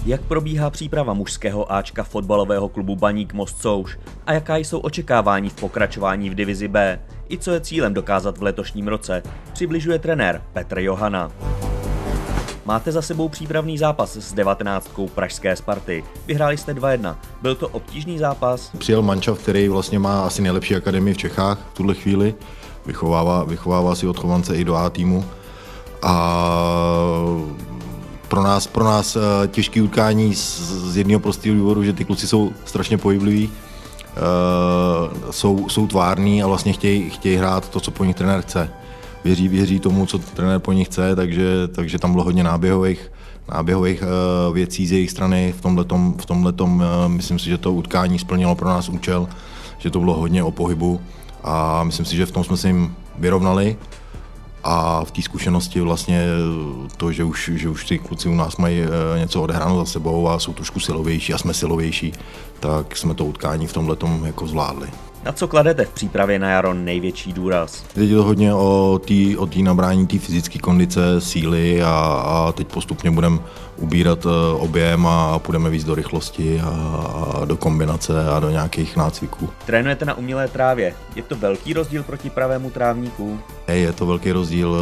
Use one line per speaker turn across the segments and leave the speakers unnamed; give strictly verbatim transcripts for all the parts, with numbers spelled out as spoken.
Jak probíhá příprava mužského áčka fotbalového klubu Baník Most Souš a jaká jsou očekávání v pokračování v divizi B i co je cílem dokázat v letošním roce, přibližuje trenér Petr Johana. Máte za sebou přípravný zápas s devatenáctkou pražské Sparty. Vyhráli jste dva jedna. Byl to obtížný zápas?
Přijel mančaft, který vlastně má asi nejlepší akademii v Čechách v tuhle chvíli. Vychovává, vychovává si odchovance i do A týmu. A pro nás, pro nás těžké utkání z, z jednoho prostého důvodu, že ty kluci jsou strašně pohybliví, uh, jsou, jsou tvární a vlastně chtějí, chtějí hrát to, co po nich trenér chce. Věří, věří tomu, co trenér po nich chce, takže, takže tam bylo hodně náběhových, náběhových uh, věcí z jejich strany. V tomhletom, v tomhletom uh, myslím si, že to utkání splnilo pro nás účel, že to bylo hodně o pohybu a myslím si, že v tom jsme se jim vyrovnali. A v té zkušenosti vlastně to, že už, že už ty kluci u nás mají něco odehráno za sebou a jsou trošku silovější a jsme silovější, tak jsme to utkání v tomhletom jako zvládli.
Na co kladete v přípravě na jaro největší důraz?
Teď je to hodně o té o nabrání té fyzické kondice, síly a, a teď postupně budeme ubírat objem a půjdeme víc do rychlosti a, a do kombinace a do nějakých nácviků.
Trénujete na umělé trávě. Je to velký rozdíl proti pravému trávníku?
Je to velký rozdíl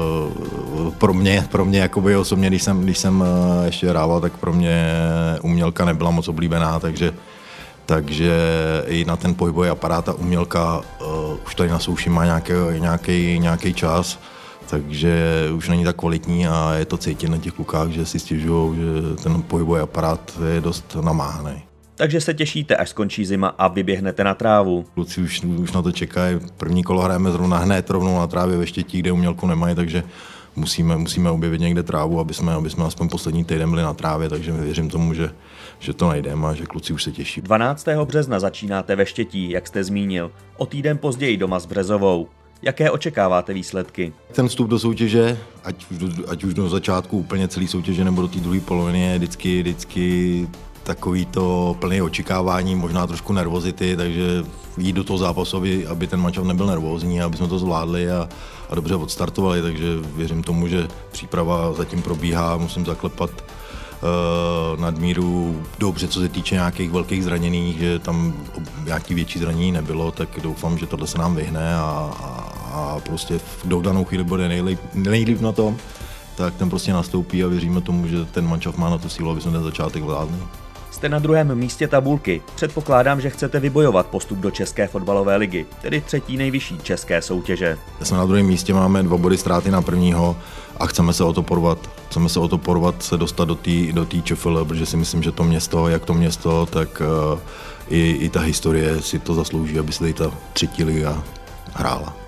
pro mě, pro mě jakoby osobně, když jsem, když jsem ještě hrával, tak pro mě umělka nebyla moc oblíbená, takže Takže i na ten pohybový aparát a umělka uh, už tady na souši má nějaký, nějaký čas, takže už není tak kvalitní a je to cítit na těch klukách, že si stěžují, že ten pohybový aparát je dost namáhaný.
Takže se těšíte, až skončí zima a vyběhnete na trávu.
Kluci už, už na to čekají. První kolo hrajeme zrovna hned rovnou na trávě ve Štětí, kde umělku nemají, takže musíme, musíme objevit někde trávu, aby jsme, aby jsme aspoň poslední týden byli na trávě, takže věřím tomu, že, že to najdeme a že kluci už se těší.
dvanáctého března začínáte ve Štětí, jak jste zmínil, o týden později doma s Březovou. Jaké očekáváte výsledky?
Ten vstup do soutěže, ať už do, ať už do začátku úplně celé soutěže nebo do té druhé poloviny, je vždycky, vždycky takový to plné očekávání, možná trošku nervozity, takže jít do toho zápasu, aby, aby ten mančaft nebyl nervózní, aby jsme to zvládli a, a dobře odstartovali, takže věřím tomu, že příprava zatím probíhá, musím zaklepat uh, nadmíru dobře, co se týče nějakých velkých zraněných, že tam nějaký větší zranění nebylo, tak doufám, že tohle se nám vyhne a, a, a prostě v danou chvíli bude nejlíp, nejlíp na tom, tak ten prostě nastoupí a věříme tomu, že ten mančaft má na tu sílu, aby jsme ten začátek zvládli.
Jste na druhém místě tabulky. Předpokládám, že chcete vybojovat postup do České fotbalové ligy, tedy třetí nejvyšší české soutěže.
Jsme na druhém místě, máme dva body ztráty na prvního a chceme se o to porvat. Chceme se o to porvat, se dostat do té do té ČFL, protože si myslím, že to město, jak to město, tak uh, i, i ta historie si to zaslouží, aby se tady ta třetí liga hrála.